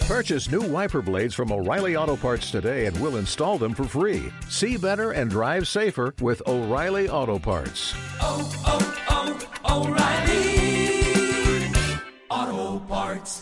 Purchase new wiper blades from O'Reilly Auto Parts today and we'll install them for free. See better and drive safer with O'Reilly Auto Parts. O'Reilly Auto Parts.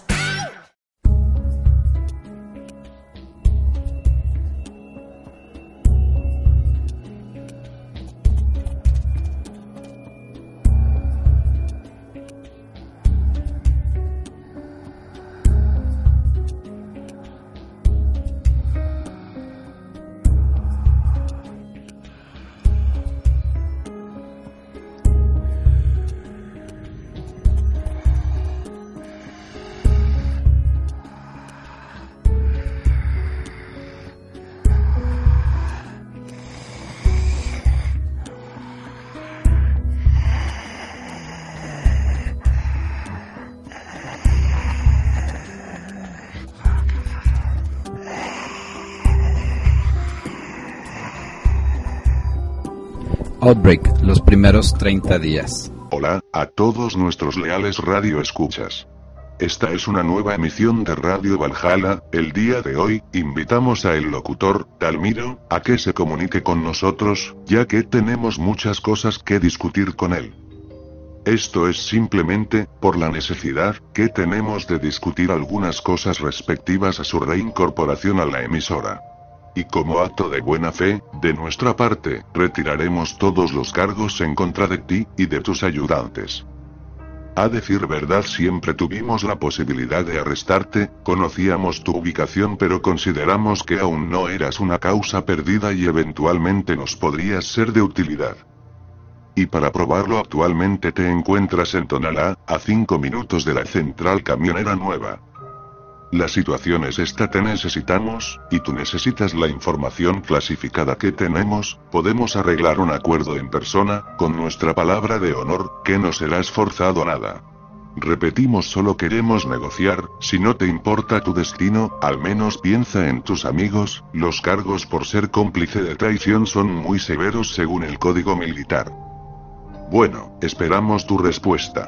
Outbreak, los primeros 30 días. Hola, a todos nuestros leales radioescuchas. Esta es una nueva emisión de Radio Valhalla. El día de hoy, invitamos a el locutor, Talmiro, a que se comunique con nosotros, ya que tenemos muchas cosas que discutir con él. Esto es simplemente, por la necesidad, que tenemos de discutir algunas cosas respectivas a su reincorporación a la emisora. Y como acto de buena fe, de nuestra parte, retiraremos todos los cargos en contra de ti, y de tus ayudantes. A decir verdad, siempre tuvimos la posibilidad de arrestarte, conocíamos tu ubicación, pero consideramos que aún no eras una causa perdida y eventualmente nos podrías ser de utilidad. Y para probarlo, actualmente te encuentras en Tonalá, a 5 minutos de la central camionera nueva. La situación es esta: te necesitamos, y tú necesitas la información clasificada que tenemos. Podemos arreglar un acuerdo en persona, con nuestra palabra de honor, que no serás forzado a nada. Repetimos, solo queremos negociar. Si no te importa tu destino, al menos piensa en tus amigos. Los cargos por ser cómplice de traición son muy severos según el código militar. Bueno, esperamos tu respuesta.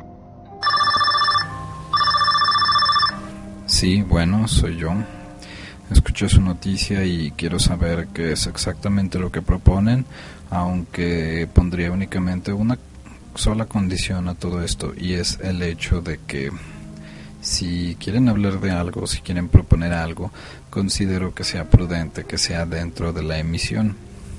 Sí, bueno, soy yo. Escuché su noticia y quiero saber qué es exactamente lo que proponen, aunque pondría únicamente una sola condición a todo esto, y es el hecho de que si quieren hablar de algo, si quieren proponer algo, considero que sea prudente que sea dentro de la emisión.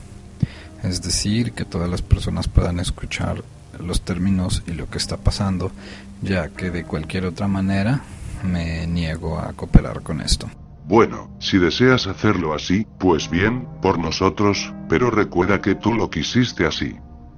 Es decir, que todas las personas puedan escuchar los términos y lo que está pasando, ya que de cualquier otra manera me niego a cooperar con esto. Bueno, si deseas hacerlo así, pues bien, por nosotros, pero recuerda que tú lo quisiste así.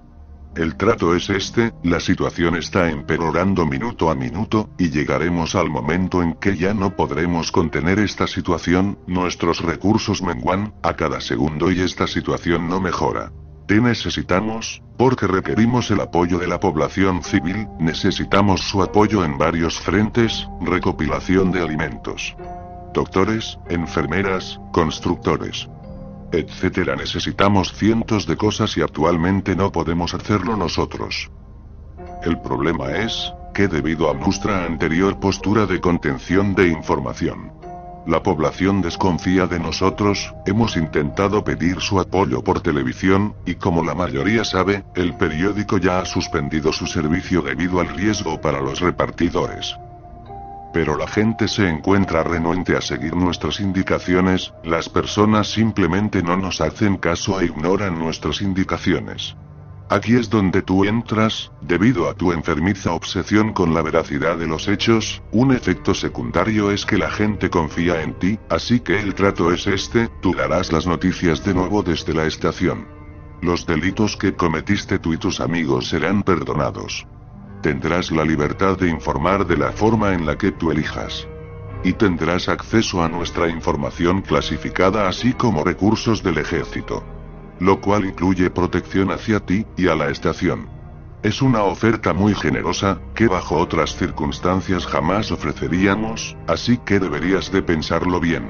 El trato es este: la situación está empeorando minuto a minuto, y llegaremos al momento en que ya no podremos contener esta situación, nuestros recursos menguan a cada segundo y esta situación no mejora. Te necesitamos, porque requerimos el apoyo de la población civil, necesitamos su apoyo en varios frentes: recopilación de alimentos, doctores, enfermeras, constructores, etcétera. Necesitamos cientos de cosas y actualmente no podemos hacerlo nosotros. El problema es que debido a nuestra anterior postura de contención de información, la población desconfía de nosotros. Hemos intentado pedir su apoyo por televisión, y como la mayoría sabe, el periódico ya ha suspendido su servicio debido al riesgo para los repartidores. Pero la gente se encuentra renuente a seguir nuestras indicaciones, las personas simplemente no nos hacen caso e ignoran nuestras indicaciones. Aquí es donde tú entras, debido a tu enfermiza obsesión con la veracidad de los hechos. Un efecto secundario es que la gente confía en ti, así que el trato es este: tú darás las noticias de nuevo desde la estación. Los delitos que cometiste tú y tus amigos serán perdonados. Tendrás la libertad de informar de la forma en la que tú elijas. Y tendrás acceso a nuestra información clasificada, así como recursos del ejército, lo cual incluye protección hacia ti y a la estación. Es una oferta muy generosa, que bajo otras circunstancias jamás ofreceríamos, así que deberías de pensarlo bien.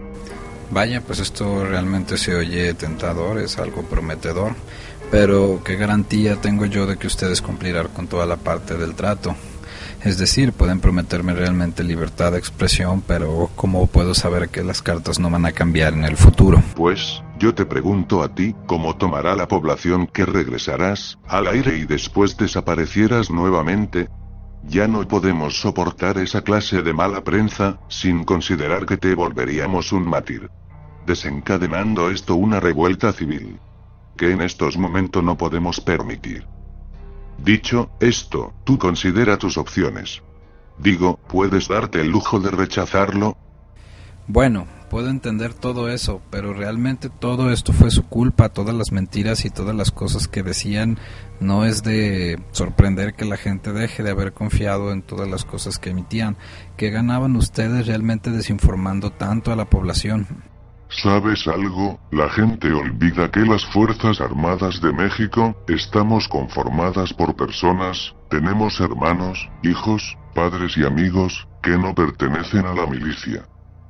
Vaya, pues esto realmente se oye tentador, es algo prometedor, pero ¿qué garantía tengo yo de que ustedes cumplirán con toda la parte del trato? Es decir, pueden prometerme realmente libertad de expresión, pero ¿cómo puedo saber que las cartas no van a cambiar en el futuro? Pues, yo te pregunto a ti, ¿cómo tomará la población que regresarás al aire y después desaparecieras nuevamente? Ya no podemos soportar esa clase de mala prensa, sin considerar que te volveríamos un mártir. Desencadenando esto una revuelta civil. Que en estos momentos no podemos permitir. Dicho esto, tú considera tus opciones. Digo, ¿puedes darte el lujo de rechazarlo? Bueno, puedo entender todo eso, pero realmente todo esto fue su culpa, todas las mentiras y todas las cosas que decían. No es de sorprender que la gente deje de haber confiado en todas las cosas que emitían. ¿Qué ganaban ustedes realmente desinformando tanto a la población? ¿Sabes algo? La gente olvida que las Fuerzas Armadas de México estamos conformadas por personas, tenemos hermanos, hijos, padres y amigos, que no pertenecen a la milicia.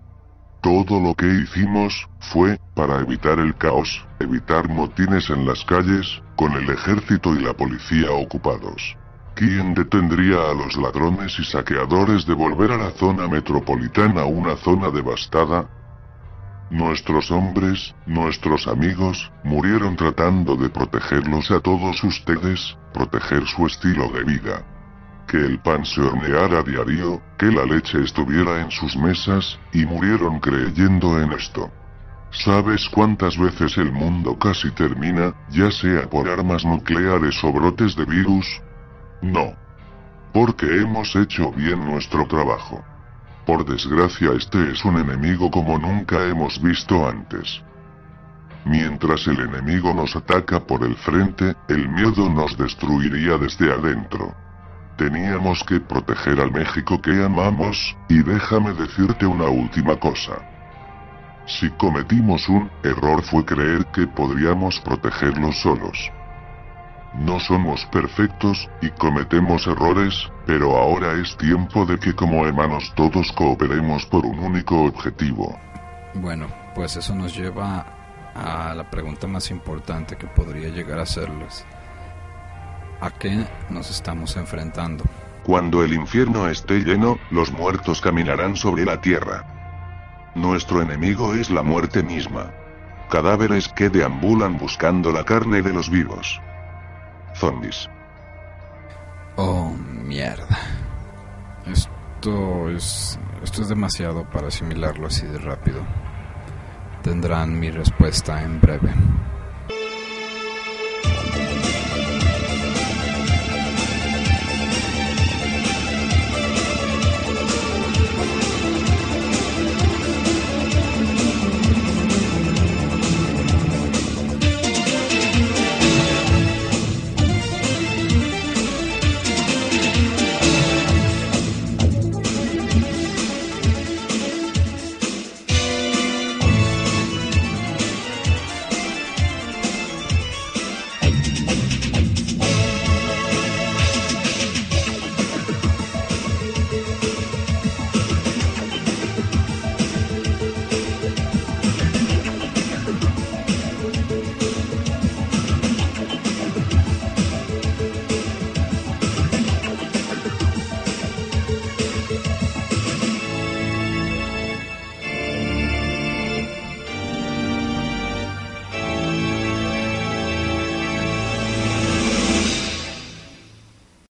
Todo lo que hicimos fue para evitar el caos, evitar motines en las calles, con el ejército y la policía ocupados. ¿Quién detendría a los ladrones y saqueadores de volver a la zona metropolitana, una zona devastada? Nuestros hombres, nuestros amigos, murieron tratando de protegerlos a todos ustedes, proteger su estilo de vida. Que el pan se horneara a diario, que la leche estuviera en sus mesas, y murieron creyendo en esto. ¿Sabes cuántas veces el mundo casi termina, ya sea por armas nucleares o brotes de virus? No. Porque hemos hecho bien nuestro trabajo. Por desgracia, este es un enemigo como nunca hemos visto antes. Mientras el enemigo nos ataca por el frente, el miedo nos destruiría desde adentro. Teníamos que proteger al México que amamos, y déjame decirte una última cosa. Si cometimos un error fue creer que podríamos protegerlos solos. No somos perfectos, y cometemos errores, pero ahora es tiempo de que como hermanos todos cooperemos por un único objetivo. Bueno, pues eso nos lleva a la pregunta más importante que podría llegar a hacerles. ¿A qué nos estamos enfrentando? Cuando el infierno esté lleno, los muertos caminarán sobre la tierra. Nuestro enemigo es la muerte misma. Cadáveres que deambulan buscando la carne de los vivos. Zombies. Oh, mierda. Esto es demasiado para asimilarlo así de rápido. Tendrán mi respuesta en breve.